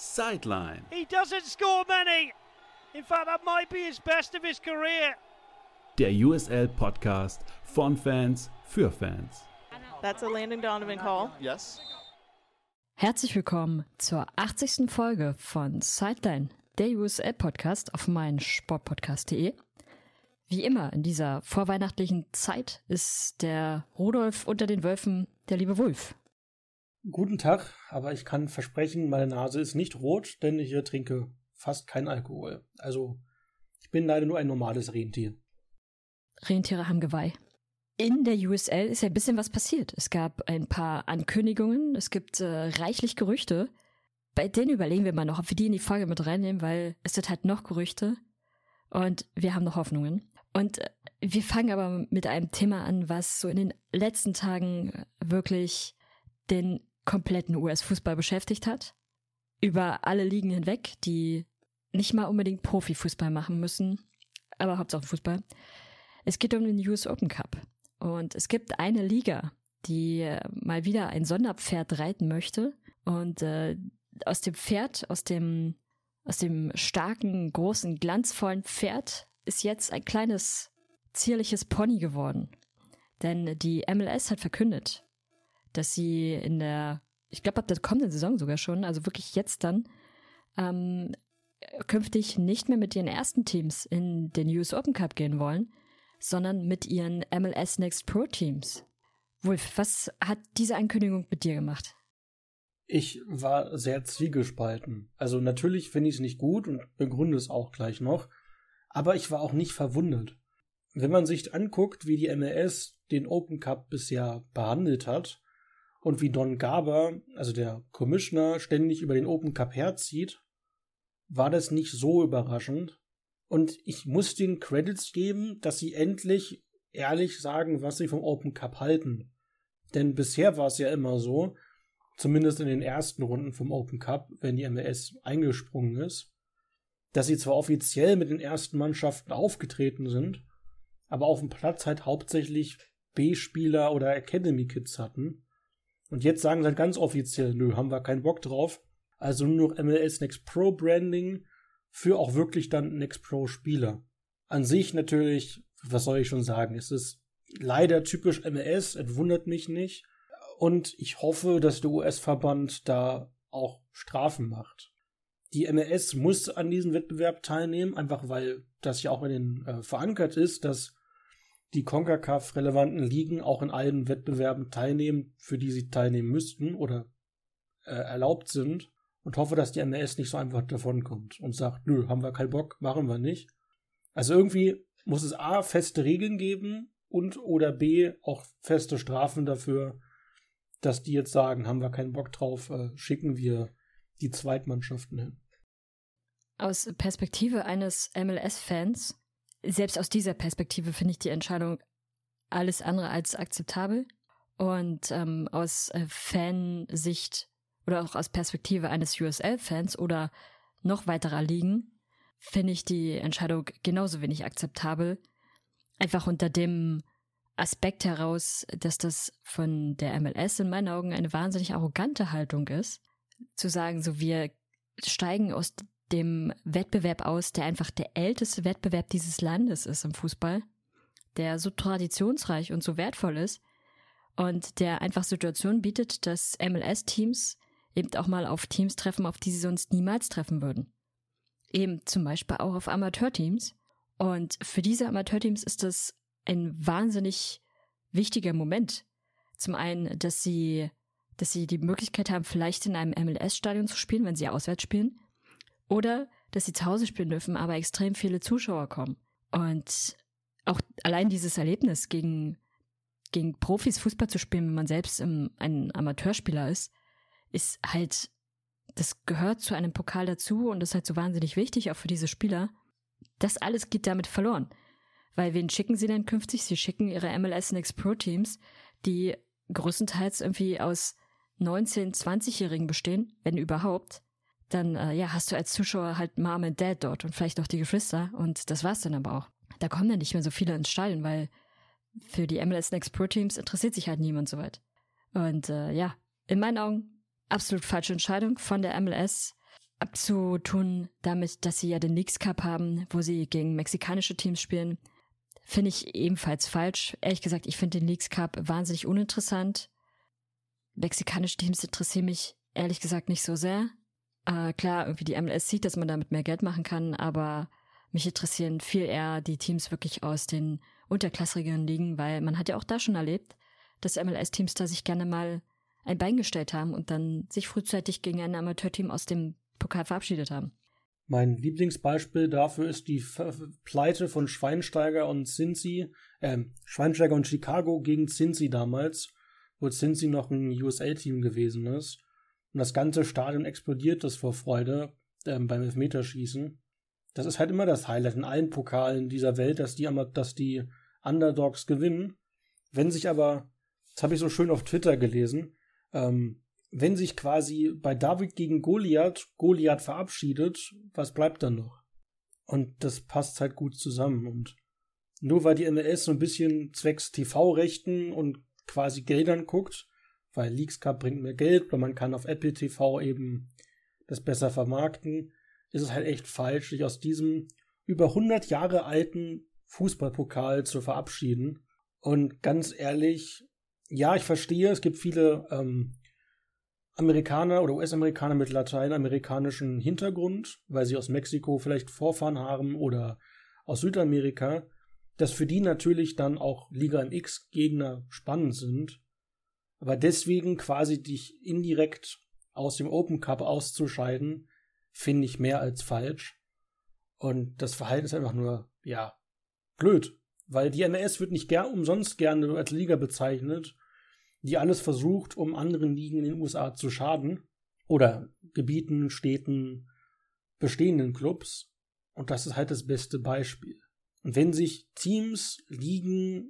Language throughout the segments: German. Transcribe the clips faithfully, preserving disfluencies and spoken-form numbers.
Sideline. He doesn't score many. In fact, that might be his best of his career. Der U S L-Podcast von Fans für Fans. That's a Landon Donovan call. Yes. Herzlich willkommen zur achtzigsten Folge von Sideline, der U S L-Podcast auf meinsportpodcast punkt de. Wie immer in dieser vorweihnachtlichen Zeit ist der Rudolf unter den Wölfen der liebe Wulf. Guten Tag, aber ich kann versprechen, meine Nase ist nicht rot, denn ich hier trinke fast keinen Alkohol. Also, ich bin leider nur ein normales Rentier. Rentiere haben Geweih. In der U S L ist ja ein bisschen was passiert. Es gab ein paar Ankündigungen, es gibt äh, reichlich Gerüchte. Bei denen überlegen wir mal noch, ob wir die in die Folge mit reinnehmen, weil es sind halt noch Gerüchte und wir haben noch Hoffnungen. Und äh, wir fangen aber mit einem Thema an, was so in den letzten Tagen wirklich den kompletten U S-Fußball beschäftigt hat. Über alle Ligen hinweg, die nicht mal unbedingt Profifußball machen müssen, aber Hauptsache Fußball. Es geht um den U S Open Cup. Und es gibt eine Liga, die mal wieder ein Sonderpferd reiten möchte. Und äh, aus dem Pferd, aus dem, aus dem starken, großen, glanzvollen Pferd ist jetzt ein kleines, zierliches Pony geworden. Denn die M L S hat verkündet, dass sie in der, ich glaube ab der kommenden Saison sogar schon, also wirklich jetzt dann, ähm, künftig nicht mehr mit ihren ersten Teams in den U S Open Cup gehen wollen, sondern mit ihren M L S Next Pro Teams. Wulf, was hat diese Ankündigung mit dir gemacht? Ich war sehr zwiegespalten. Also natürlich finde ich es nicht gut und begründe es auch gleich noch, aber ich war auch nicht verwundert. Wenn man sich anguckt, wie die M L S den Open Cup bisher behandelt hat und wie Don Garber, also der Commissioner, ständig über den Open Cup herzieht, war das nicht so überraschend. Und ich muss den Credits geben, dass sie endlich ehrlich sagen, was sie vom Open Cup halten. Denn bisher war es ja immer so, zumindest in den ersten Runden vom Open Cup, wenn die M L S eingesprungen ist, dass sie zwar offiziell mit den ersten Mannschaften aufgetreten sind, aber auf dem Platz halt hauptsächlich B-Spieler oder Academy-Kids hatten. Und jetzt sagen sie halt ganz offiziell, nö, haben wir keinen Bock drauf. Also nur noch M L S Next Pro Branding für auch wirklich dann Next Pro Spieler. An sich natürlich, was soll ich schon sagen, es ist leider typisch M L S, es wundert mich nicht. Und ich hoffe, dass der U S-Verband da auch Strafen macht. Die M L S muss an diesem Wettbewerb teilnehmen, einfach weil das ja auch in den äh, verankert ist, dass die CONCACAF-relevanten Ligen auch in allen Wettbewerben teilnehmen, für die sie teilnehmen müssten oder äh, erlaubt sind. Und hoffe, dass die M L S nicht so einfach davonkommt und sagt, nö, haben wir keinen Bock, machen wir nicht. Also irgendwie muss es A, feste Regeln geben und oder B, auch feste Strafen dafür, dass die jetzt sagen, haben wir keinen Bock drauf, äh, schicken wir die Zweitmannschaften hin. Aus Perspektive eines M L S-Fans, selbst aus dieser Perspektive finde ich die Entscheidung alles andere als akzeptabel. Und ähm, aus äh, Fansicht oder auch aus Perspektive eines U S L-Fans oder noch weiterer Ligen finde ich die Entscheidung genauso wenig akzeptabel. Einfach unter dem Aspekt heraus, dass das von der M L S in meinen Augen eine wahnsinnig arrogante Haltung ist. Zu sagen, so wir steigen aus dem Wettbewerb aus, der einfach der älteste Wettbewerb dieses Landes ist im Fußball, der so traditionsreich und so wertvoll ist und der einfach Situationen bietet, dass M L S-Teams eben auch mal auf Teams treffen, auf die sie sonst niemals treffen würden. Eben zum Beispiel auch auf Amateurteams. Und für diese Amateurteams ist das ein wahnsinnig wichtiger Moment. Zum einen, dass sie, dass sie die Möglichkeit haben, vielleicht in einem M L S-Stadion zu spielen, wenn sie auswärts spielen. Oder, dass sie zu Hause spielen dürfen, aber extrem viele Zuschauer kommen. Und auch allein dieses Erlebnis, gegen, gegen Profis Fußball zu spielen, wenn man selbst im, ein Amateurspieler ist, ist halt, das gehört zu einem Pokal dazu und ist halt so wahnsinnig wichtig, auch für diese Spieler. Das alles geht damit verloren. Weil wen schicken sie denn künftig? Sie schicken ihre M L S Next Pro Teams, die größtenteils irgendwie aus neunzehn-, zwanzigjährigen bestehen, wenn überhaupt. Dann äh, ja, hast du als Zuschauer halt Mom und Dad dort und vielleicht noch die Geschwister und das war's dann aber auch. Da kommen dann nicht mehr so viele ins Stadion, weil für die M L S Next Pro Teams interessiert sich halt niemand so weit. Und äh, ja, in meinen Augen absolut falsche Entscheidung von der M L S. abzutun damit, dass sie ja den Leagues Cup haben, wo sie gegen mexikanische Teams spielen, finde ich ebenfalls falsch. Ehrlich gesagt, ich finde den Leagues Cup wahnsinnig uninteressant. Mexikanische Teams interessieren mich ehrlich gesagt nicht so sehr. Äh, klar, irgendwie die M L S sieht, dass man damit mehr Geld machen kann, aber mich interessieren viel eher die Teams wirklich aus den unterklassigen Ligen, weil man hat ja auch da schon erlebt, dass M L S-Teams da sich gerne mal ein Bein gestellt haben und dann sich frühzeitig gegen ein Amateurteam aus dem Pokal verabschiedet haben. Mein Lieblingsbeispiel dafür ist die Ver- Pleite von Schweinsteiger und Cincy, äh, Schweinsteiger und Chicago gegen Cincy damals, wo Cincy noch ein U S A-Team gewesen ist. Und das ganze Stadion explodiert das vor Freude äh, beim Elfmeterschießen. Das ist halt immer das Highlight in allen Pokalen dieser Welt, dass die, dass die Underdogs gewinnen. Wenn sich aber, das habe ich so schön auf Twitter gelesen, ähm, wenn sich quasi bei David gegen Goliath Goliath verabschiedet, was bleibt dann noch? Und das passt halt gut zusammen. Und nur weil die M L S so ein bisschen zwecks T V-Rechten und quasi Geldern guckt, weil Leagues Cup bringt mehr Geld, oder man kann auf Apple T V eben das besser vermarkten, ist es halt echt falsch, sich aus diesem über hundert Jahre alten Fußballpokal zu verabschieden. Und ganz ehrlich, ja, ich verstehe, es gibt viele ähm, Amerikaner oder U S-Amerikaner mit lateinamerikanischem Hintergrund, weil sie aus Mexiko vielleicht Vorfahren haben oder aus Südamerika, dass für die natürlich dann auch Liga M X-Gegner spannend sind. Aber deswegen quasi dich indirekt aus dem Open Cup auszuscheiden, finde ich mehr als falsch. Und das Verhalten ist einfach nur, ja, blöd. Weil die M L S wird nicht gern, umsonst gerne als Liga bezeichnet, die alles versucht, um anderen Ligen in den U S A zu schaden. Oder Gebieten, Städten, bestehenden Clubs. Und das ist halt das beste Beispiel. Und wenn sich Teams, Ligen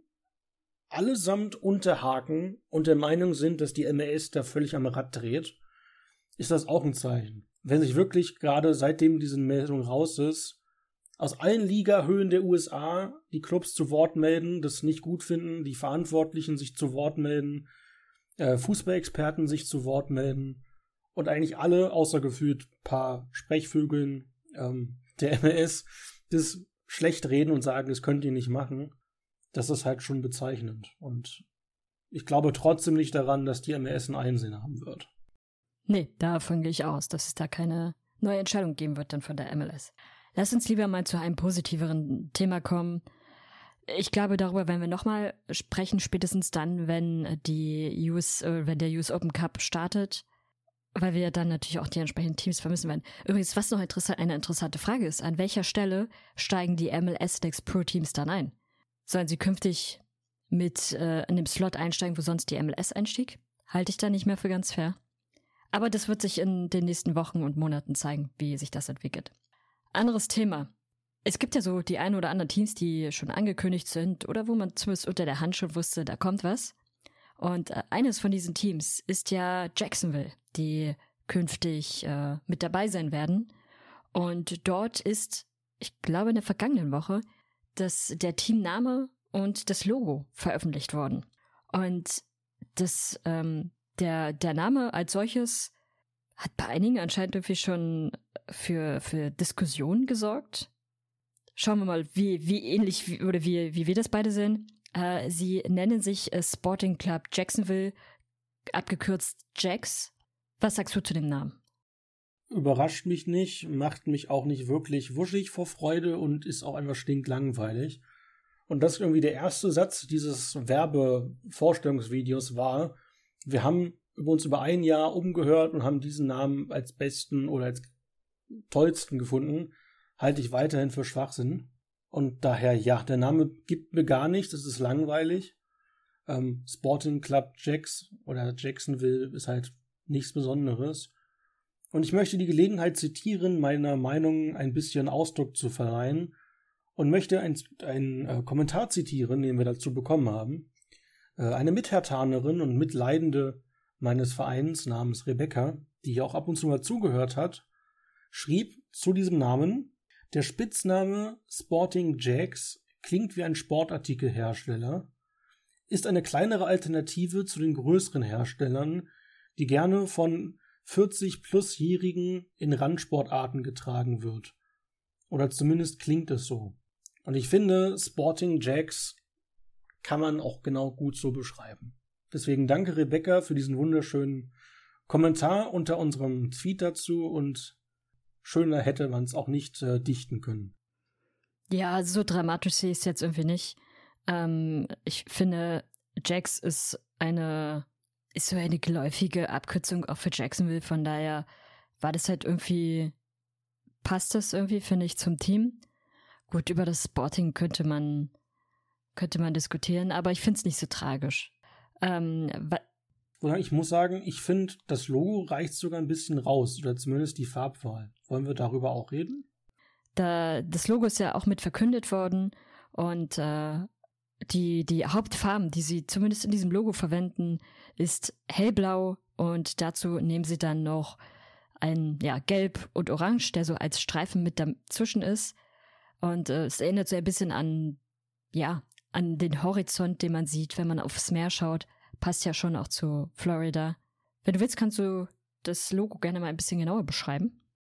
allesamt unterhaken und der Meinung sind, dass die M L S da völlig am Rad dreht, ist das auch ein Zeichen. Wenn sich wirklich gerade seitdem diese Meldung raus ist, aus allen Ligahöhen der U S A die Clubs zu Wort melden, das nicht gut finden, die Verantwortlichen sich zu Wort melden, äh, Fußballexperten sich zu Wort melden und eigentlich alle, außer gefühlt paar Sprechvögeln ähm, der M L S, das schlecht reden und sagen, das könnt ihr nicht machen, das ist halt schon bezeichnend. Und ich glaube trotzdem nicht daran, dass die M L S ein Einsehen haben wird. Nee, davon gehe ich aus, dass es da keine neue Entscheidung geben wird dann von der M L S. Lass uns lieber mal zu einem positiveren Thema kommen. Ich glaube, darüber werden wir nochmal sprechen, spätestens dann, wenn die U S, äh, wenn der U S Open Cup startet, weil wir dann natürlich auch die entsprechenden Teams vermissen werden. Übrigens, was noch interessa- eine interessante Frage ist, an welcher Stelle steigen die M L S Next Pro Teams dann ein? Sollen sie künftig mit äh, in dem Slot einsteigen, wo sonst die M L S einstieg? Halte ich da nicht mehr für ganz fair. Aber das wird sich in den nächsten Wochen und Monaten zeigen, wie sich das entwickelt. Anderes Thema. Es gibt ja so die ein oder anderen Teams, die schon angekündigt sind oder wo man zumindest unter der Hand schon wusste, da kommt was. Und äh, eines von diesen Teams ist ja Jacksonville, die künftig äh, mit dabei sein werden. Und dort ist, ich glaube in der vergangenen Woche, das, der Teamname und das Logo veröffentlicht worden. Und das, ähm, der, der Name als solches hat bei einigen anscheinend irgendwie schon für, für Diskussionen gesorgt. Schauen wir mal, wie, wie ähnlich wie, oder wie, wie wir das beide sehen. Äh, sie nennen sich äh, Sporting Club Jacksonville, abgekürzt Jax. Was sagst du zu dem Namen? Überrascht mich nicht, macht mich auch nicht wirklich wuschig vor Freude und ist auch einfach stinklangweilig. Und das irgendwie der erste Satz dieses Werbevorstellungsvideos war: Wir haben uns über ein Jahr umgehört und haben diesen Namen als besten oder als tollsten gefunden. Halte ich weiterhin für Schwachsinn. Und daher, ja, der Name gibt mir gar nichts, das ist langweilig. Ähm, Sporting Club Jax oder Jacksonville ist halt nichts Besonderes. Und ich möchte die Gelegenheit zitieren, meiner Meinung ein bisschen Ausdruck zu verleihen und möchte einen äh, Kommentar zitieren, den wir dazu bekommen haben. Äh, eine Mithertanerin und Mitleidende meines Vereins namens Rebecca, die auch ab und zu mal zugehört hat, schrieb zu diesem Namen: Der Spitzname Sporting Jax klingt wie ein Sportartikelhersteller, ist eine kleinere Alternative zu den größeren Herstellern, die gerne von vierzig-plus-Jährigen in Randsportarten getragen wird. Oder zumindest klingt es so. Und ich finde, Sporting Jags kann man auch genau gut so beschreiben. Deswegen danke Rebecca für diesen wunderschönen Kommentar unter unserem Tweet dazu und schöner hätte man es auch nicht äh, dichten können. Ja, so dramatisch sehe ich es jetzt irgendwie nicht. Ähm, ich finde, Jags ist eine ist so eine geläufige Abkürzung auch für Jacksonville, von daher war das halt irgendwie, passt das irgendwie, finde ich, zum Team. Gut, über das Sporting könnte man könnte man diskutieren, aber ich finde es nicht so tragisch. Ähm, wa- Ich muss sagen, ich finde, das Logo reicht sogar ein bisschen raus, oder zumindest die Farbwahl. Wollen wir darüber auch reden? Da, das Logo ist ja auch mit verkündet worden und äh, die, die Hauptfarben, die sie zumindest in diesem Logo verwenden, ist hellblau und dazu nehmen sie dann noch ein ja, Gelb und Orange, der so als Streifen mit dazwischen ist. Und äh, es erinnert so ein bisschen an, ja, an den Horizont, den man sieht, wenn man aufs Meer schaut. Passt ja schon auch zu Florida. Wenn du willst, kannst du das Logo gerne mal ein bisschen genauer beschreiben.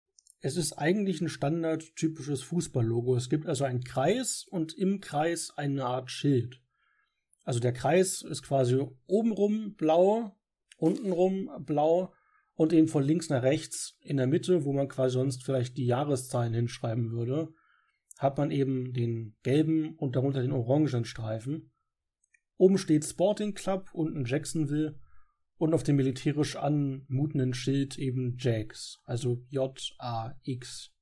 Es ist eigentlich ein standardtypisches Fußballlogo. Es gibt also einen Kreis und im Kreis eine Art Schild. Also der Kreis ist quasi obenrum blau, untenrum blau und eben von links nach rechts in der Mitte, wo man quasi sonst vielleicht die Jahreszahlen hinschreiben würde, hat man eben den gelben und darunter den orangen Streifen. Oben steht Sporting Club, unten Jacksonville und auf dem militärisch anmutenden Schild eben Jags, also J A X.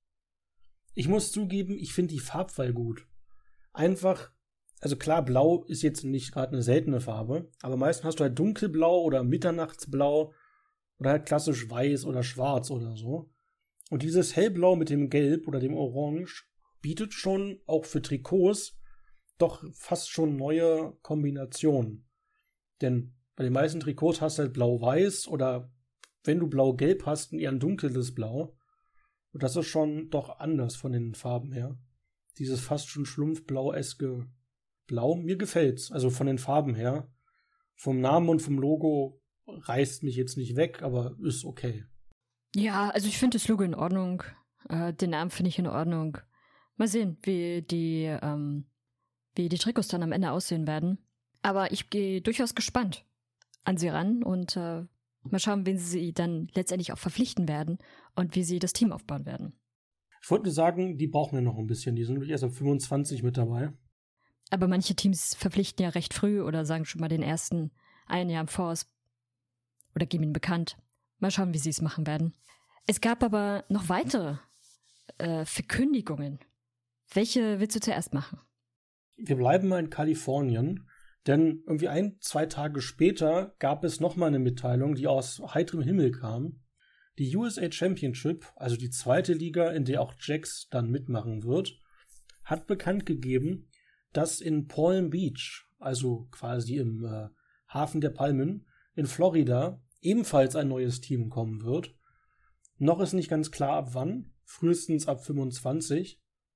Ich muss zugeben, ich finde die Farbwahl gut. Einfach, also klar, blau ist jetzt nicht gerade eine seltene Farbe, aber meistens hast du halt dunkelblau oder mitternachtsblau oder halt klassisch weiß oder schwarz oder so. Und dieses hellblau mit dem Gelb oder dem Orange bietet schon auch für Trikots doch fast schon neue Kombinationen. Denn bei den meisten Trikots hast du halt blau-weiß oder wenn du blau-gelb hast, eher ein dunkles Blau. Und das ist schon doch anders von den Farben her. Dieses fast schon schlumpfblau-eske Blau, mir gefällt's. Also von den Farben her. Vom Namen und vom Logo reißt mich jetzt nicht weg, aber ist okay. Ja, also ich finde das Logo in Ordnung. Äh, den Namen finde ich in Ordnung. Mal sehen, wie die, ähm, wie die Trikots dann am Ende aussehen werden. Aber ich gehe durchaus gespannt an sie ran und äh, mal schauen, wen sie dann letztendlich auch verpflichten werden und wie sie das Team aufbauen werden. Ich wollte nur sagen, die brauchen wir noch ein bisschen. Die sind nämlich erst ab fünfundzwanzig mit dabei. Aber manche Teams verpflichten ja recht früh oder sagen schon mal den ersten ein Jahr im Voraus oder geben ihn bekannt. Mal schauen, wie sie es machen werden. Es gab aber noch weitere äh, Verkündigungen. Welche willst du zuerst machen? Wir bleiben mal in Kalifornien, denn irgendwie ein, zwei Tage später gab es nochmal eine Mitteilung, die aus heiterem Himmel kam. Die U S A Championship, also die zweite Liga, in der auch Jags dann mitmachen wird, hat bekannt gegeben, dass in Palm Beach, also quasi im äh, Hafen der Palmen, in Florida ebenfalls ein neues Team kommen wird. Noch ist nicht ganz klar, ab wann, frühestens ab fünfundzwanzig.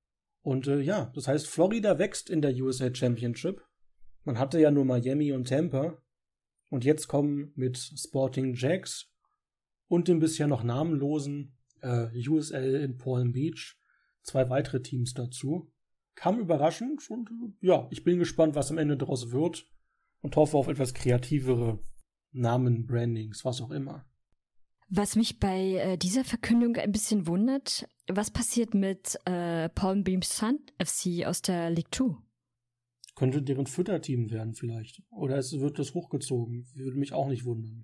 Und äh, ja, das heißt, Florida wächst in der U S A Championship. Man hatte ja nur Miami und Tampa. Und jetzt kommen mit Sporting Jags und dem bisher noch namenlosen äh, U S L in Palm Beach zwei weitere Teams dazu. Kam überraschend und äh, ja, ich bin gespannt, was am Ende daraus wird und hoffe auf etwas kreativere Namen, Brandings, was auch immer. Was mich bei äh, dieser Verkündung ein bisschen wundert, was passiert mit äh, Palm Beach Sun F C aus der League zwei? Könnte deren Fütterteam werden vielleicht. Oder es wird das hochgezogen. Würde mich auch nicht wundern.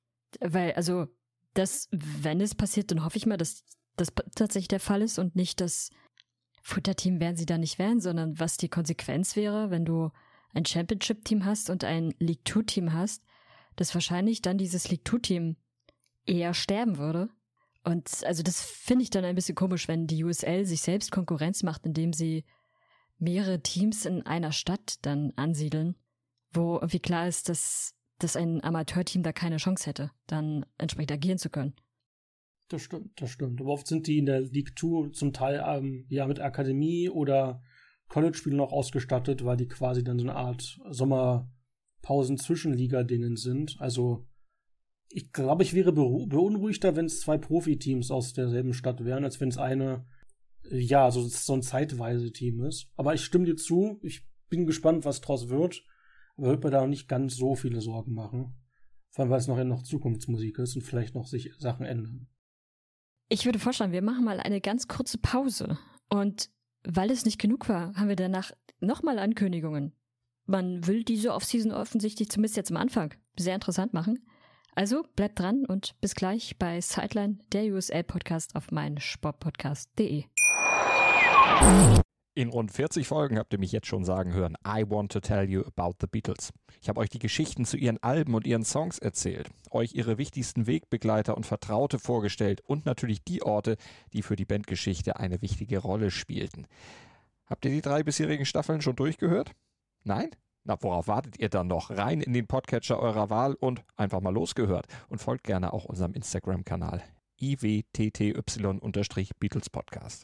Weil, also, das, wenn es passiert, dann hoffe ich mal, dass das tatsächlich der Fall ist und nicht das Futterteam werden sie da nicht werden, sondern was die Konsequenz wäre, wenn du ein Championship-Team hast und ein League zwei Team hast, dass wahrscheinlich dann dieses League zwei Team eher sterben würde. Und also das finde ich dann ein bisschen komisch, wenn die U S L sich selbst Konkurrenz macht, indem sie mehrere Teams in einer Stadt dann ansiedeln, wo irgendwie klar ist, dass, dass ein Amateurteam da keine Chance hätte, dann entsprechend agieren zu können. Das stimmt, das stimmt. Aber oft sind die in der League zwei zum Teil ähm, ja mit Akademie oder College-Spielen noch ausgestattet, weil die quasi dann so eine Art Sommerpausen-Zwischenliga-Dingen sind. Also Ich glaube, ich wäre beunruhigter, wenn es zwei Profiteams aus derselben Stadt wären, als wenn es eine, ja, so, so ein zeitweise Team ist. Aber ich stimme dir zu, ich bin gespannt, was draus wird, aber wird mir da noch nicht ganz so viele Sorgen machen. Vor allem, weil es noch, noch Zukunftsmusik ist und vielleicht noch sich Sachen ändern. Ich würde vorschlagen, wir machen mal eine ganz kurze Pause. Und weil es nicht genug war, haben wir danach nochmal Ankündigungen. Man will diese Offseason offensichtlich zumindest jetzt am Anfang sehr interessant machen. Also bleibt dran und bis gleich bei Sideline, der U S L-Podcast auf meinsportpodcast punkt de. In rund vierzig Folgen habt ihr mich jetzt schon sagen hören, I want to tell you about the Beatles. Ich habe euch die Geschichten zu ihren Alben und ihren Songs erzählt, euch ihre wichtigsten Wegbegleiter und Vertraute vorgestellt und natürlich die Orte, die für die Bandgeschichte eine wichtige Rolle spielten. Habt ihr die drei bisherigen Staffeln schon durchgehört? Nein? Na, worauf wartet ihr dann noch? Rein in den Podcatcher eurer Wahl und einfach mal losgehört. Und folgt gerne auch unserem Instagram-Kanal I W T T Y-Beatles Podcast.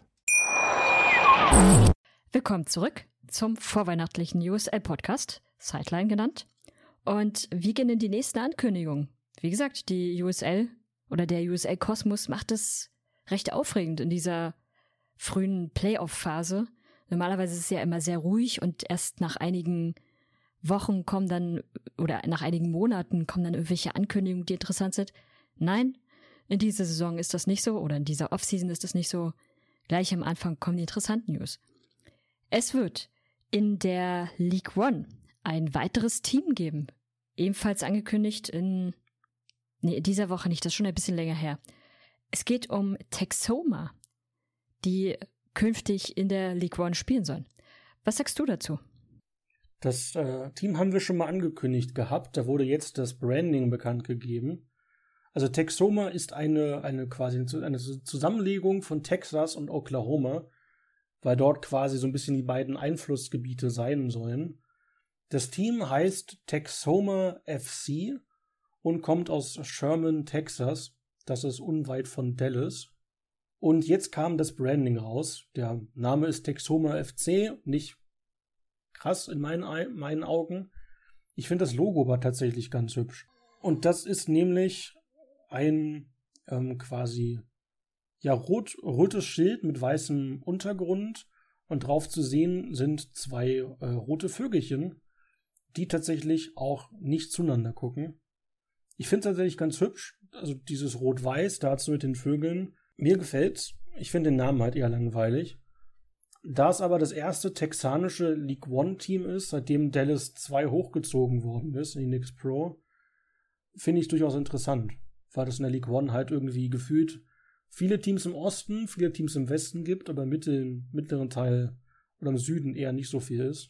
Willkommen zurück zum vorweihnachtlichen U S L-Podcast, Sideline genannt. Und wir gehen in die nächsten Ankündigungen. Wie gesagt, die U S L oder der U S L-Kosmos macht es recht aufregend in dieser frühen Playoff-Phase. Normalerweise ist es ja immer sehr ruhig und erst nach einigen Wochen kommen dann, oder nach einigen Monaten kommen dann irgendwelche Ankündigungen, die interessant sind. Nein, in dieser Saison ist das nicht so, oder in dieser Offseason ist das nicht so. Gleich am Anfang kommen die interessanten News. Es wird in der League One ein weiteres Team geben. Ebenfalls angekündigt in, nee, in dieser Woche nicht, das ist schon ein bisschen länger her. Es geht um Texhoma, die künftig in der League One spielen sollen. Was sagst du dazu? Das äh, Team haben wir schon mal angekündigt gehabt. Da wurde jetzt das Branding bekannt gegeben. Also Texhoma ist eine, eine quasi eine Zusammenlegung von Texas und Oklahoma, weil dort quasi so ein bisschen die beiden Einflussgebiete sein sollen. Das Team heißt Texhoma F C und kommt aus Sherman, Texas. Das ist unweit von Dallas. Und jetzt kam das Branding raus. Der Name ist Texhoma F C, nicht krass in meinen, meinen Augen. Ich finde das Logo aber tatsächlich ganz hübsch. Und das ist nämlich ein ähm, quasi ja rot, rotes Schild mit weißem Untergrund und drauf zu sehen sind zwei äh, rote Vögelchen, die tatsächlich auch nicht zueinander gucken. Ich finde es tatsächlich ganz hübsch, also dieses Rot-Weiß dazu mit den Vögeln. Mir gefällt's. Ich finde den Namen halt eher langweilig. Da es aber das erste texanische League One Team ist, seitdem Dallas zwei hochgezogen worden ist in die Knicks Pro, finde ich es durchaus interessant, weil es in der League One halt irgendwie gefühlt viele Teams im Osten, viele Teams im Westen gibt, aber im mittleren, mittleren Teil oder im Süden eher nicht so viel ist.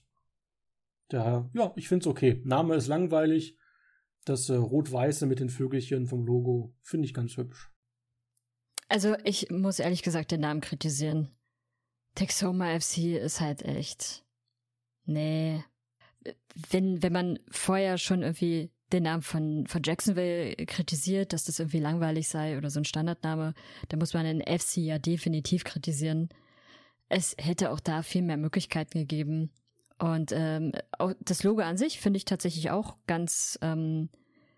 Daher, ja, ich finde es okay. Name ist langweilig. Das äh, Rot-Weiße mit den Vögelchen vom Logo finde ich ganz hübsch. Also ich muss ehrlich gesagt den Namen kritisieren. Texhoma F C ist halt echt... Nee. Wenn, wenn man vorher schon irgendwie den Namen von, von Jacksonville kritisiert, dass das irgendwie langweilig sei oder so ein Standardname, dann muss man den F C ja definitiv kritisieren. Es hätte auch da viel mehr Möglichkeiten gegeben. Und ähm, auch das Logo an sich finde ich tatsächlich auch ganz, ähm,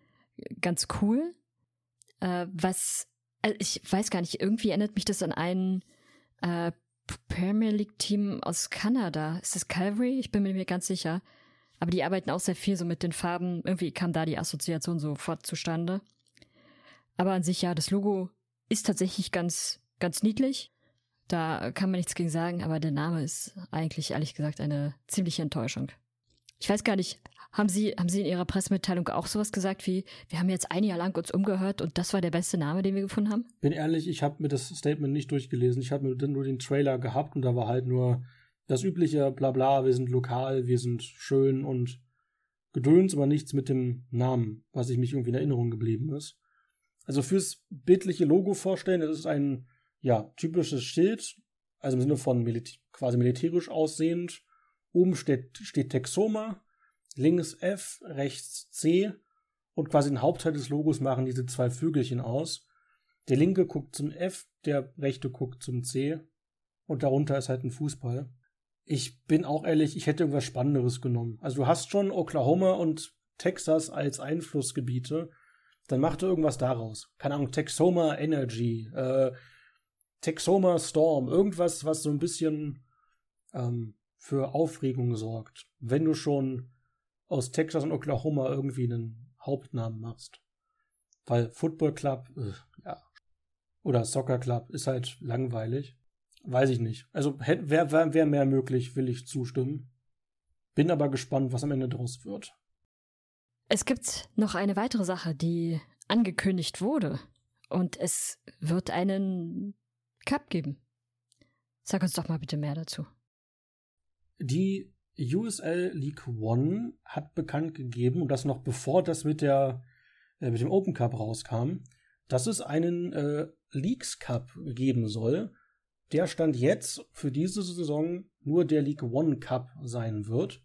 ganz cool. Äh, was, also ich weiß gar nicht, irgendwie erinnert mich das an ein äh, Premier League Team aus Kanada. Ist das Calvary? Ich bin mir nicht ganz sicher. Aber die arbeiten auch sehr viel so mit den Farben. Irgendwie kam da die Assoziation sofort zustande. Aber an sich ja, das Logo ist tatsächlich ganz, ganz niedlich. Da kann man nichts gegen sagen, aber der Name ist eigentlich, ehrlich gesagt, eine ziemliche Enttäuschung. Ich weiß gar nicht, haben Sie, haben Sie in Ihrer Pressemitteilung auch sowas gesagt wie, wir haben jetzt ein Jahr lang uns umgehört und das war der beste Name, den wir gefunden haben? Bin ehrlich, ich habe mir das Statement nicht durchgelesen. Ich habe nur den Trailer gehabt und da war halt nur das übliche Blabla, wir sind lokal, wir sind schön und Gedöns, aber nichts mit dem Namen, was ich mich irgendwie in Erinnerung geblieben ist. Also fürs bildliche Logo vorstellen, das ist ein ja, typisches Schild, also im Sinne von Militä- quasi militärisch aussehend. Oben steht, steht Texhoma, links F, rechts C und quasi den Hauptteil des Logos machen diese zwei Vögelchen aus. Der linke guckt zum F, der rechte guckt zum C und darunter ist halt ein Fußball. Ich bin auch ehrlich, ich hätte irgendwas Spannenderes genommen. Also du hast schon Oklahoma und Texas als Einflussgebiete, dann macht er irgendwas daraus. Keine Ahnung, Texoma Energy, äh, Texoma Storm, irgendwas, was so ein bisschen ähm, für Aufregung sorgt, wenn du schon aus Texas und Oklahoma irgendwie einen Hauptnamen machst. Weil Football Club, äh, ja, oder Soccer Club ist halt langweilig. Weiß ich nicht. Also wäre wär, wär mehr möglich, will ich zustimmen. Bin aber gespannt, was am Ende draus wird. Es gibt noch eine weitere Sache, die angekündigt wurde. Und es wird einen Cup geben. Sag uns doch mal bitte mehr dazu. Die U S L League One hat bekannt gegeben, und das noch bevor das mit der äh, mit dem Open Cup rauskam, dass es einen äh, Leagues Cup geben soll. Der Stand jetzt für diese Saison nur der League One Cup sein wird.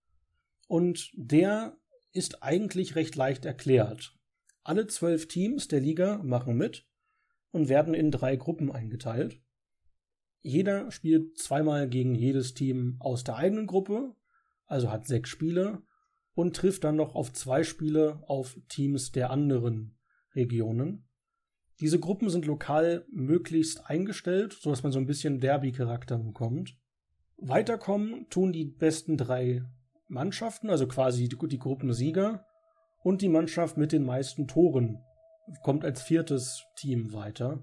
Und der ist eigentlich recht leicht erklärt. Alle zwölf Teams der Liga machen mit und werden in drei Gruppen eingeteilt. Jeder spielt zweimal gegen jedes Team aus der eigenen Gruppe, also hat sechs Spiele, und trifft dann noch auf zwei Spiele auf Teams der anderen Regionen. Diese Gruppen sind lokal möglichst eingestellt, sodass man so ein bisschen Derby-Charakter bekommt. Weiterkommen tun die besten drei Mannschaften, also quasi die, die Gruppensieger, und die Mannschaft mit den meisten Toren kommt als viertes Team weiter.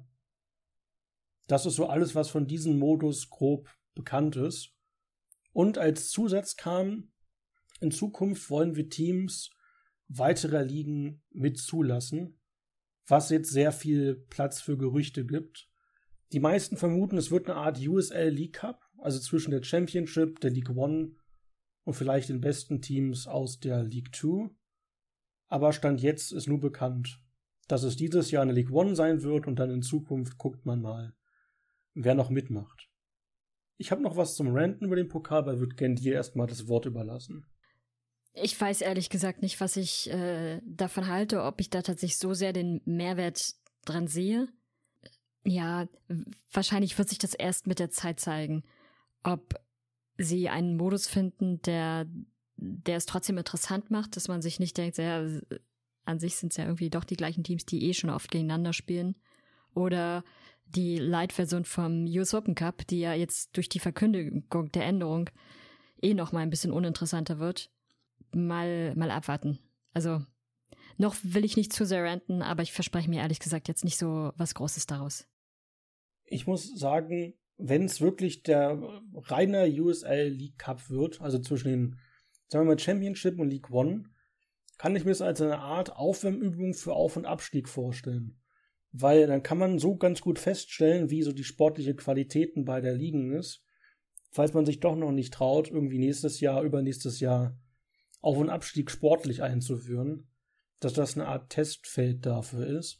Das ist so alles, was von diesem Modus grob bekannt ist. Und als Zusatz kam, in Zukunft wollen wir Teams weiterer Ligen mit zulassen, was jetzt sehr viel Platz für Gerüchte gibt. Die meisten vermuten, es wird eine Art U S L League Cup, also zwischen der Championship, der League One und vielleicht den besten Teams aus der League Two. Aber Stand jetzt ist nur bekannt, dass es dieses Jahr eine League One sein wird, und dann in Zukunft guckt man mal, wer noch mitmacht. Ich habe noch was zum Ranten über den Pokal, aber würde gerne dir erstmal das Wort überlassen. Ich weiß ehrlich gesagt nicht, was ich äh, davon halte, ob ich da tatsächlich so sehr den Mehrwert dran sehe. Ja, wahrscheinlich wird sich das erst mit der Zeit zeigen, ob sie einen Modus finden, der, der es trotzdem interessant macht, dass man sich nicht denkt, ja, an sich sind es ja irgendwie doch die gleichen Teams, die eh schon oft gegeneinander spielen. Oder die Light-Version vom U S Open Cup, die ja jetzt durch die Verkündigung der Änderung eh noch mal ein bisschen uninteressanter wird. Mal, mal abwarten. Also, noch will ich nicht zu sehr ranten, aber ich verspreche mir ehrlich gesagt jetzt nicht so was Großes daraus. Ich muss sagen, wenn es wirklich der reine U S L League Cup wird, also zwischen den, sagen wir mal, Championship und League One, kann ich mir das als eine Art Aufwärmübung für Auf- und Abstieg vorstellen. Weil dann kann man so ganz gut feststellen, wie so die sportliche Qualitäten bei der Ligen ist, falls man sich doch noch nicht traut, irgendwie nächstes Jahr, übernächstes Jahr Auf- und Abstieg sportlich einzuführen, dass das eine Art Testfeld dafür ist.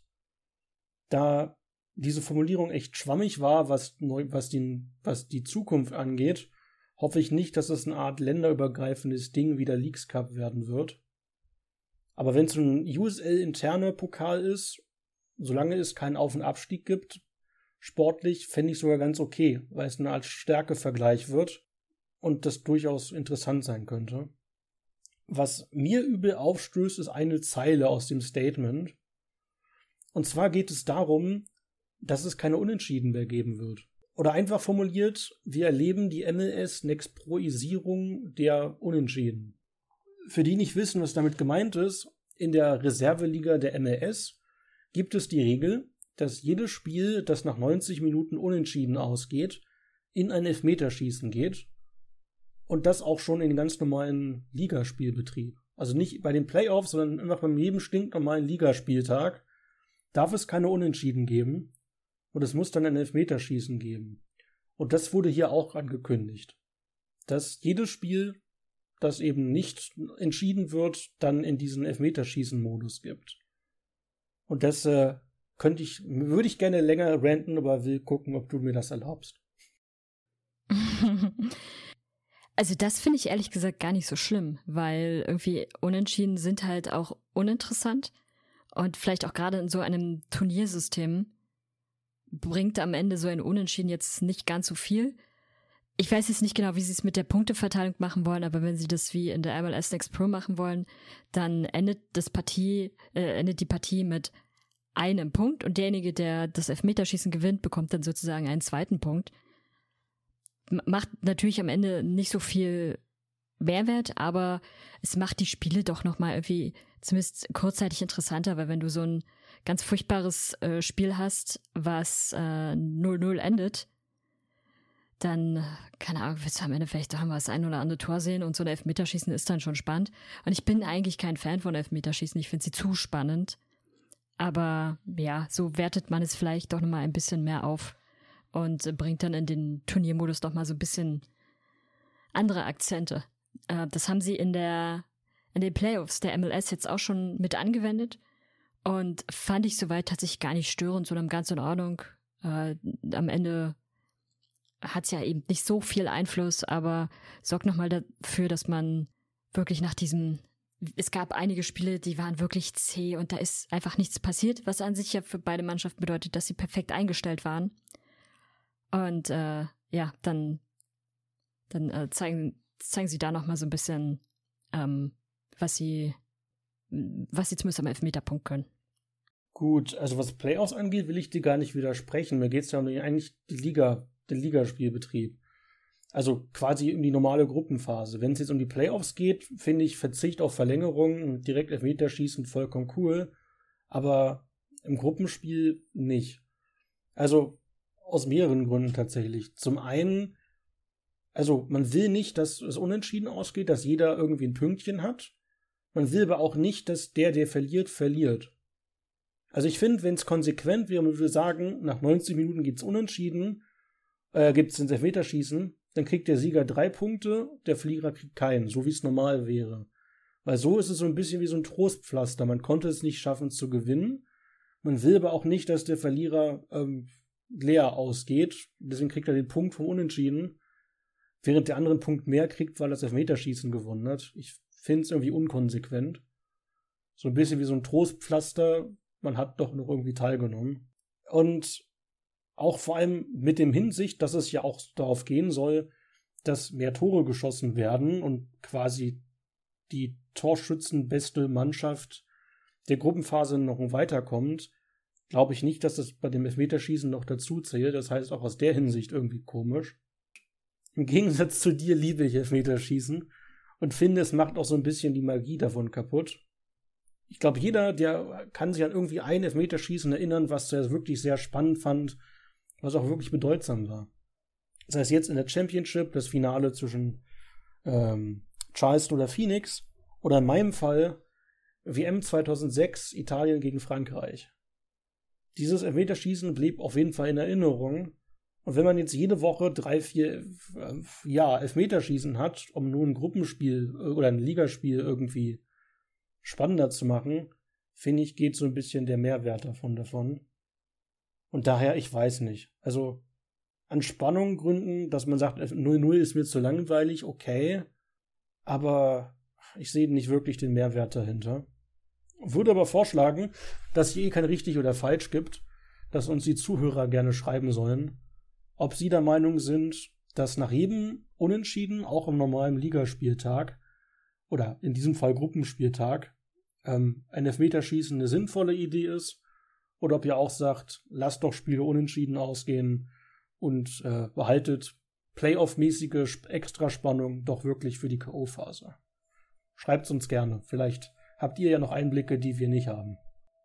Da diese Formulierung echt schwammig war, was, neu, was, den, was die Zukunft angeht, hoffe ich nicht, dass es eine Art länderübergreifendes Ding wie der Leagues Cup werden wird. Aber wenn es so ein U S L-interner Pokal ist, solange es keinen Auf- und Abstieg gibt, sportlich fände ich sogar ganz okay, weil es eine Art Stärkevergleich wird und das durchaus interessant sein könnte. Was mir übel aufstößt, ist eine Zeile aus dem Statement. Und zwar geht es darum, dass es keine Unentschieden mehr geben wird. Oder einfach formuliert, wir erleben die M L S-Nexproisierung der Unentschieden. Für die nicht wissen, was damit gemeint ist, in der Reserveliga der M L S gibt es die Regel, dass jedes Spiel, das nach neunzig Minuten unentschieden ausgeht, in ein Elfmeterschießen geht. Und das auch schon in den ganz normalen Ligaspielbetrieb. Also nicht bei den Playoffs, sondern einfach beim jedem stinknormalen Ligaspieltag darf es keine Unentschieden geben. Und es muss dann ein Elfmeterschießen geben. Und das wurde hier auch angekündigt. Dass jedes Spiel, das eben nicht entschieden wird, dann in diesen Elfmeterschießen-Modus gibt. Und das äh, könnte ich, würde ich gerne länger ranten, aber will gucken, ob du mir das erlaubst. Also das finde ich ehrlich gesagt gar nicht so schlimm, weil irgendwie Unentschieden sind halt auch uninteressant und vielleicht auch gerade in so einem Turniersystem bringt am Ende so ein Unentschieden jetzt nicht ganz so viel. ich weiß jetzt nicht genau, wie sie es mit der Punkteverteilung machen wollen, aber wenn sie das wie in der M L S Next Pro machen wollen, dann endet das Partie, äh, endet die Partie mit einem Punkt und derjenige, der das Elfmeterschießen gewinnt, bekommt dann sozusagen einen zweiten Punkt. M- macht natürlich am Ende nicht so viel Mehrwert, aber es macht die Spiele doch nochmal irgendwie zumindest kurzzeitig interessanter, weil wenn du so ein ganz furchtbares äh, Spiel hast, was äh, null null endet, dann, keine Ahnung, willst du am Ende vielleicht doch mal das ein oder andere Tor sehen und so ein Elfmeterschießen ist dann schon spannend. Und ich bin eigentlich kein Fan von Elfmeterschießen, ich finde sie zu spannend. Aber ja, so wertet man es vielleicht doch nochmal ein bisschen mehr auf und äh, bringt dann in den Turniermodus doch mal so ein bisschen andere Akzente. Äh, das haben sie in der in den Playoffs der M L S jetzt auch schon mit angewendet und fand ich soweit tatsächlich gar nicht störend, sondern ganz in Ordnung. Äh, am Ende hat es ja eben nicht so viel Einfluss, aber sorgt nochmal dafür, dass man wirklich nach diesem, es gab einige Spiele, die waren wirklich zäh und da ist einfach nichts passiert, was an sich ja für beide Mannschaften bedeutet, dass sie perfekt eingestellt waren. Und äh, ja, dann, dann äh, zeigen, zeigen sie da nochmal so ein bisschen, ähm, was sie, was sie zumindest am Elfmeterpunkt können. Gut, also was Playoffs angeht, will ich dir gar nicht widersprechen. Mir geht es ja um die, eigentlich die Liga, den Ligaspielbetrieb. Also quasi um die normale Gruppenphase. Wenn es jetzt um die Playoffs geht, finde ich Verzicht auf Verlängerung und direkt Elfmeterschießen vollkommen cool. Aber im Gruppenspiel nicht. Also aus mehreren Gründen tatsächlich. Zum einen, also man will nicht, dass es unentschieden ausgeht, dass jeder irgendwie ein Pünktchen hat. Man will aber auch nicht, dass der, der verliert, verliert. Also ich finde, wenn es konsequent wäre, man würde sagen, nach neunzig Minuten gibt es unentschieden, äh, gibt es ein Elfmeterschießen, dann kriegt der Sieger drei Punkte, der Verlierer kriegt keinen, so wie es normal wäre. Weil so ist es so ein bisschen wie so ein Trostpflaster. Man konnte es nicht schaffen zu gewinnen. Man will aber auch nicht, dass der Verlierer ähm, leer ausgeht. Deswegen kriegt er den Punkt vom Unentschieden, während der andere einen Punkt mehr kriegt, weil er das Elfmeterschießen gewonnen hat. Ich finde es irgendwie unkonsequent. So ein bisschen wie so ein Trostpflaster. Man hat doch noch irgendwie teilgenommen. Und auch vor allem mit dem Hinsicht, dass es ja auch darauf gehen soll, dass mehr Tore geschossen werden und quasi die torschützenbeste Mannschaft der Gruppenphase noch weiterkommt, glaube ich nicht, dass das bei dem Elfmeterschießen noch dazu zählt. Das heißt auch aus der Hinsicht irgendwie komisch. Im Gegensatz zu dir liebe ich Elfmeterschießen und finde, es macht auch so ein bisschen die Magie davon kaputt. Ich glaube, jeder, der kann sich an irgendwie ein Elfmeterschießen erinnern, was er wirklich sehr spannend fand, was auch wirklich bedeutsam war. Das heißt jetzt in der Championship das Finale zwischen ähm, Charleston oder Phoenix oder in meinem Fall W M zweitausendsechs Italien gegen Frankreich. Dieses Elfmeterschießen blieb auf jeden Fall in Erinnerung. Und wenn man jetzt jede Woche drei, vier äh, ja, Elfmeterschießen hat, um nur ein Gruppenspiel äh, oder ein Ligaspiel irgendwie spannender zu machen, finde ich, geht so ein bisschen der Mehrwert davon davon. Und daher, ich weiß nicht. Also an Spannung gründen, dass man sagt, null null ist mir zu langweilig, okay. Aber ich sehe nicht wirklich den Mehrwert dahinter. Würde aber vorschlagen, dass es hier eh kein richtig oder falsch gibt, dass uns die Zuhörer gerne schreiben sollen, ob sie der Meinung sind, dass nach jedem Unentschieden, auch im normalen Ligaspieltag, oder in diesem Fall Gruppenspieltag, ähm, ein Elfmeterschießen eine sinnvolle Idee ist, oder ob ihr auch sagt, lasst doch Spiele unentschieden ausgehen und äh, behaltet Playoff-mäßige Extraspannung doch wirklich für die K O-Phase. Schreibt's uns gerne. Vielleicht habt ihr ja noch Einblicke, die wir nicht haben.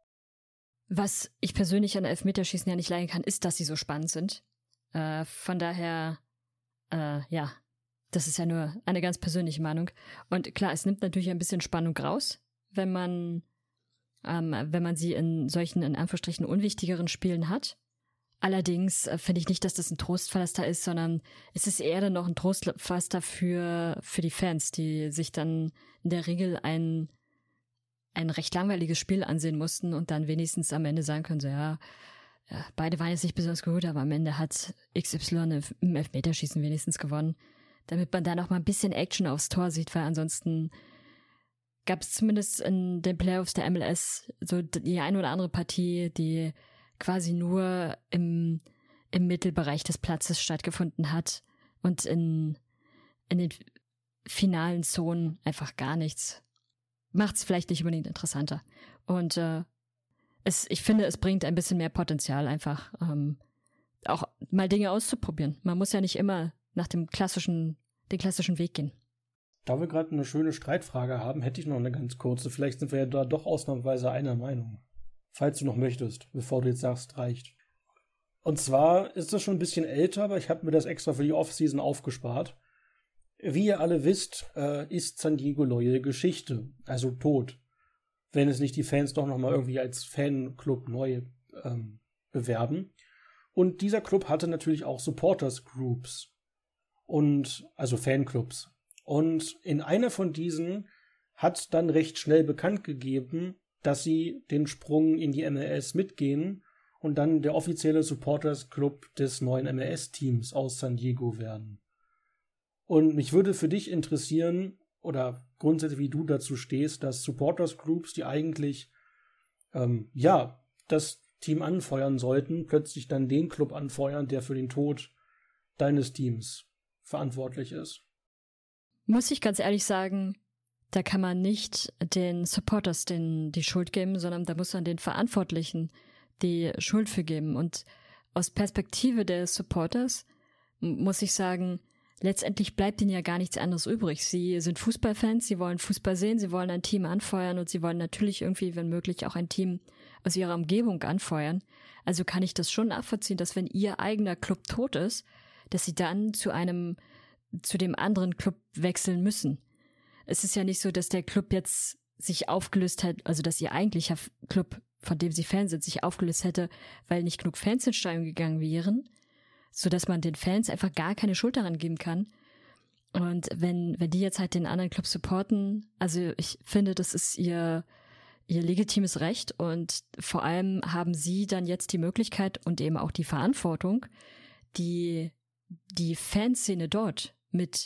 Was ich persönlich an Elfmeterschießen ja nicht leiden kann, ist, dass sie so spannend sind. Äh, von daher, äh, ja, das ist ja nur eine ganz persönliche Meinung. Und klar, es nimmt natürlich ein bisschen Spannung raus, wenn man, ähm, wenn man sie in solchen, in Anführungsstrichen, unwichtigeren Spielen hat. Allerdings äh, finde ich nicht, dass das ein Trostpflaster ist, sondern es ist eher dann noch ein Trostpflaster für, für die Fans, die sich dann in der Regel ein, ein recht langweiliges Spiel ansehen mussten und dann wenigstens am Ende sagen können, so ja, ja beide waren jetzt nicht besonders gut, aber am Ende hat X Y im Elfmeterschießen wenigstens gewonnen, damit man da noch mal ein bisschen Action aufs Tor sieht, weil ansonsten gab es zumindest in den Playoffs der M L S so die ein oder andere Partie, die quasi nur im, im Mittelbereich des Platzes stattgefunden hat, und in, in den finalen Zonen einfach gar nichts. Macht es vielleicht nicht unbedingt interessanter. Und äh, es, ich finde, es bringt ein bisschen mehr Potenzial, einfach ähm, auch mal Dinge auszuprobieren. Man muss ja nicht immer nach dem klassischen, den klassischen Weg gehen. Da wir gerade eine schöne Streitfrage haben, hätte ich noch eine ganz kurze. Vielleicht sind wir ja da doch ausnahmsweise einer Meinung. Falls du noch möchtest, bevor du jetzt sagst, reicht. Und zwar ist das schon ein bisschen älter, aber ich habe mir das extra für die Offseason aufgespart. Wie ihr alle wisst, äh, ist San Diego Loyal Geschichte, also tot. Wenn es nicht die Fans doch nochmal irgendwie als Fanclub neu ähm, bewerben. Und dieser Club hatte natürlich auch Supporters Groups. Und, also Fanclubs. Und in einer von diesen hat dann recht schnell bekannt gegeben, dass sie den Sprung in die M L S mitgehen und dann der offizielle Supporters Club des neuen M L S-Teams aus San Diego werden. Und mich würde für dich interessieren, oder grundsätzlich wie du dazu stehst, dass Supporters Groups, die eigentlich ähm, ja das Team anfeuern sollten, plötzlich dann den Club anfeuern, der für den Tod deines Teams verantwortlich ist. Muss ich ganz ehrlich sagen, da kann man nicht den Supporters den, die Schuld geben, sondern da muss man den Verantwortlichen die Schuld für geben. Und aus Perspektive der Supporters muss ich sagen, letztendlich bleibt ihnen ja gar nichts anderes übrig. Sie sind Fußballfans, sie wollen Fußball sehen, sie wollen ein Team anfeuern und sie wollen natürlich irgendwie, wenn möglich, auch ein Team aus ihrer Umgebung anfeuern. Also kann ich das schon nachvollziehen, dass wenn ihr eigener Club tot ist, dass sie dann zu einem, zu dem anderen Club wechseln müssen. Es ist ja nicht so, dass der Club jetzt sich aufgelöst hat, also dass ihr eigentlicher Club, von dem sie Fans sind, sich aufgelöst hätte, weil nicht genug Fans ins Stadion gegangen wären, sodass man den Fans einfach gar keine Schuld daran geben kann. Und wenn, wenn die jetzt halt den anderen Club supporten, also ich finde, das ist ihr, ihr legitimes Recht und vor allem haben sie dann jetzt die Möglichkeit und eben auch die Verantwortung, die, die Fanszene dort mit,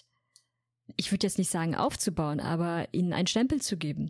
ich würde jetzt nicht sagen aufzubauen, aber ihnen einen Stempel zu geben.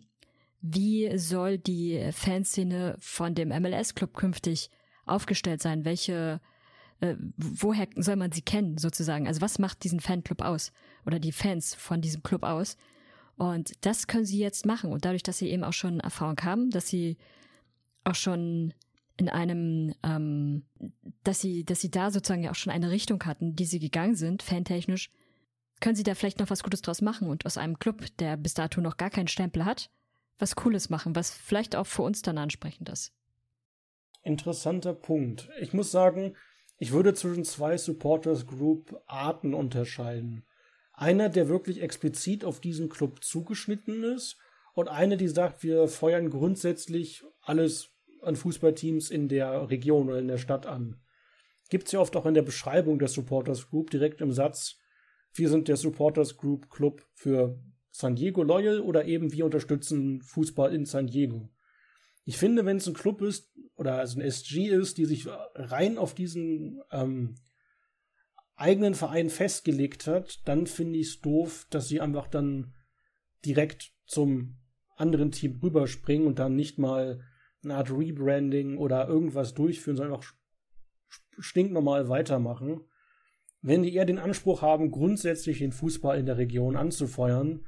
Wie soll die Fanszene von dem M L S-Club künftig aufgestellt sein? Welche Äh, woher soll man sie kennen, sozusagen? Also was macht diesen Fanclub aus? Oder die Fans von diesem Club aus? Und das können sie jetzt machen. Und dadurch, dass sie eben auch schon Erfahrung haben, dass sie auch schon in einem, ähm, dass sie, dass sie da sozusagen ja auch schon eine Richtung hatten, die sie gegangen sind, fantechnisch, können sie da vielleicht noch was Gutes draus machen und aus einem Club, der bis dato noch gar keinen Stempel hat, was Cooles machen, was vielleicht auch für uns dann ansprechend ist. Interessanter Punkt. Ich muss sagen, ich würde zwischen zwei Supporters Group Arten unterscheiden. Einer, der wirklich explizit auf diesen Club zugeschnitten ist und eine, die sagt, wir feuern grundsätzlich alles an Fußballteams in der Region oder in der Stadt an. Gibt's ja oft auch in der Beschreibung der Supporters Group direkt im Satz, wir sind der Supporters Group Club für San Diego Loyal oder eben wir unterstützen Fußball in San Diego. Ich finde, wenn es ein Club ist oder also ein S G ist, die sich rein auf diesen ähm, eigenen Verein festgelegt hat, dann finde ich es doof, dass sie einfach dann direkt zum anderen Team rüberspringen und dann nicht mal eine Art Rebranding oder irgendwas durchführen, sondern einfach stinknormal weitermachen. Wenn die eher den Anspruch haben, grundsätzlich den Fußball in der Region anzufeuern,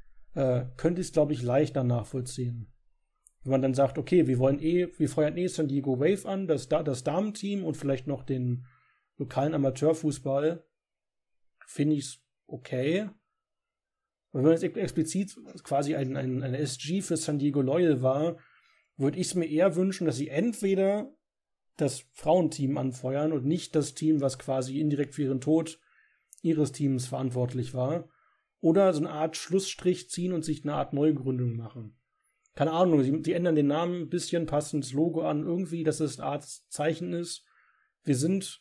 äh, könnte ich es, glaube ich, leichter nachvollziehen. Wenn man dann sagt, okay, wir wollen eh, wir feuern eh San Diego Wave an, das, das Damenteam und vielleicht noch den lokalen Amateurfußball, finde ich es okay. Wenn man jetzt explizit quasi ein, ein, ein S G für San Diego Loyal war, würde ich es mir eher wünschen, dass sie entweder das Frauenteam anfeuern und nicht das Team, was quasi indirekt für ihren Tod ihres Teams verantwortlich war, oder so eine Art Schlussstrich ziehen und sich eine Art Neugründung machen. Keine Ahnung, die, die ändern den Namen ein bisschen, passen das Logo an, irgendwie, dass es eine Art Zeichen ist. Wir sind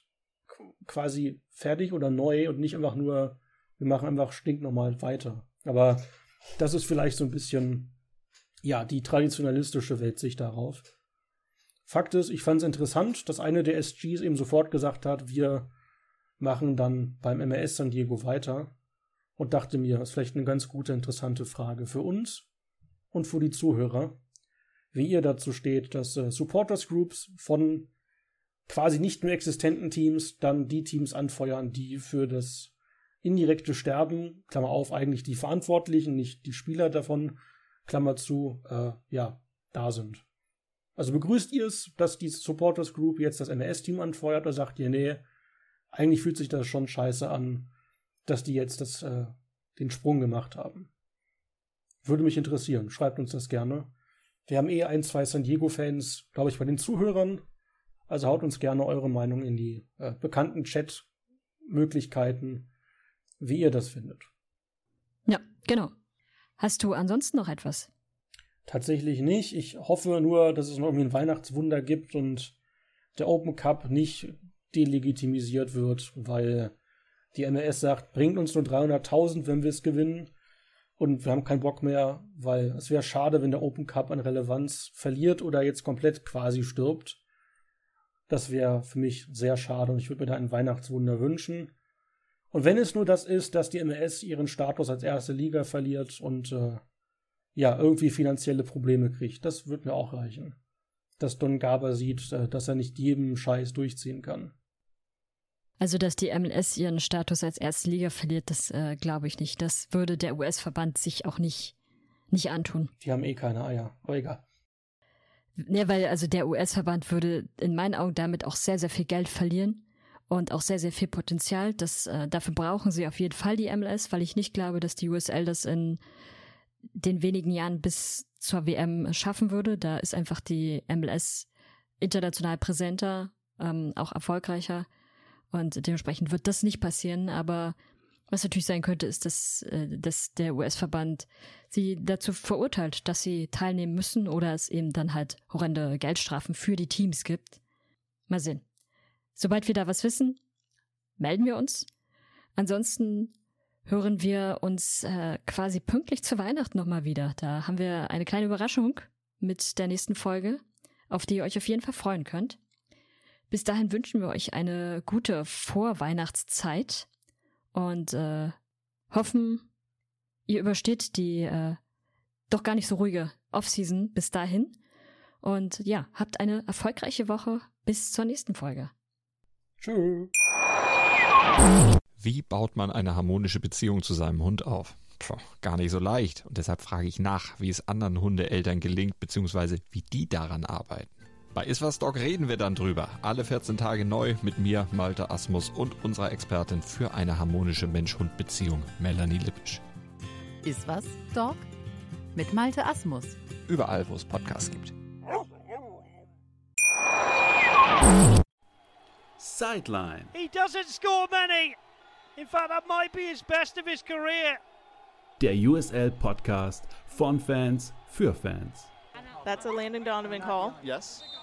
quasi fertig oder neu und nicht einfach nur, wir machen einfach stinknormal weiter. Aber das ist vielleicht so ein bisschen, ja, die traditionalistische Weltsicht darauf. Fakt ist, ich fand es interessant, dass eine der S Gs eben sofort gesagt hat, wir machen dann beim M L S San Diego weiter und dachte mir, das ist vielleicht eine ganz gute, interessante Frage für uns und für die Zuhörer, wie ihr dazu steht, dass äh, Supporters Groups von quasi nicht nur existenten Teams dann die Teams anfeuern, die für das indirekte Sterben, Klammer auf, eigentlich die Verantwortlichen, nicht die Spieler davon, Klammer zu, äh, ja, da sind. Also begrüßt ihr es, dass die Supporters Group jetzt das M L S-Team anfeuert, oder sagt ihr, nee, eigentlich fühlt sich das schon scheiße an, dass die jetzt das, äh, den Sprung gemacht haben? Würde mich interessieren. Schreibt uns das gerne. Wir haben eh ein, zwei San Diego-Fans, glaube ich, bei den Zuhörern. Also haut uns gerne eure Meinung in die äh, bekannten Chat-Möglichkeiten, wie ihr das findet. Ja, genau. Hast du ansonsten noch etwas? Tatsächlich nicht. Ich hoffe nur, dass es noch irgendwie ein Weihnachtswunder gibt und der Open Cup nicht delegitimisiert wird, weil die M L S sagt, bringt uns nur dreihunderttausend, wenn wir es gewinnen. Und wir haben keinen Bock mehr, weil es wäre schade, wenn der Open Cup an Relevanz verliert oder jetzt komplett quasi stirbt. Das wäre für mich sehr schade und ich würde mir da ein Weihnachtswunder wünschen. Und wenn es nur das ist, dass die M L S ihren Status als erste Liga verliert und äh, ja, irgendwie finanzielle Probleme kriegt, das wird mir auch reichen. Dass Don Garber sieht, äh, dass er nicht jedem Scheiß durchziehen kann. Also, dass die M L S ihren Status als erste Liga verliert, das äh, glaube ich nicht. Das würde der U S-Verband sich auch nicht, nicht antun. Die haben eh keine Eier, aber egal. Ja, weil also der U S-Verband würde in meinen Augen damit auch sehr, sehr viel Geld verlieren und auch sehr, sehr viel Potenzial. Das, äh, dafür brauchen sie auf jeden Fall die M L S, weil ich nicht glaube, dass die U S L das in den wenigen Jahren bis zur W M schaffen würde. Da ist einfach die M L S international präsenter, ähm, auch erfolgreicher. Und dementsprechend wird das nicht passieren, aber was natürlich sein könnte, ist, dass, äh, dass der U S-Verband sie dazu verurteilt, dass sie teilnehmen müssen oder es eben dann halt horrende Geldstrafen für die Teams gibt. Mal sehen. Sobald wir da was wissen, melden wir uns. Ansonsten hören wir uns äh, quasi pünktlich zu Weihnachten nochmal wieder. Da haben wir eine kleine Überraschung mit der nächsten Folge, auf die ihr euch auf jeden Fall freuen könnt. Bis dahin wünschen wir euch eine gute Vorweihnachtszeit und äh, hoffen, ihr übersteht die äh, doch gar nicht so ruhige Offseason bis dahin. Und ja, habt eine erfolgreiche Woche bis zur nächsten Folge. Tschüss. Wie baut man eine harmonische Beziehung zu seinem Hund auf? Puh, gar nicht so leicht. Und deshalb frage ich nach, wie es anderen Hundeeltern gelingt, beziehungsweise wie die daran arbeiten. Bei Iswas Dog reden wir dann drüber. Alle vierzehn Tage neu mit mir, Malte Asmus und unserer Expertin für eine harmonische Mensch-Hund-Beziehung, Melanie Lippisch. Iswas Dog mit Malte Asmus. Überall, wo es Podcasts gibt. Sideline. He doesn't score many. In fact, that might be his best of his career. Der U S L Podcast von Fans für Fans. That's a Landon Donovan call. Yes.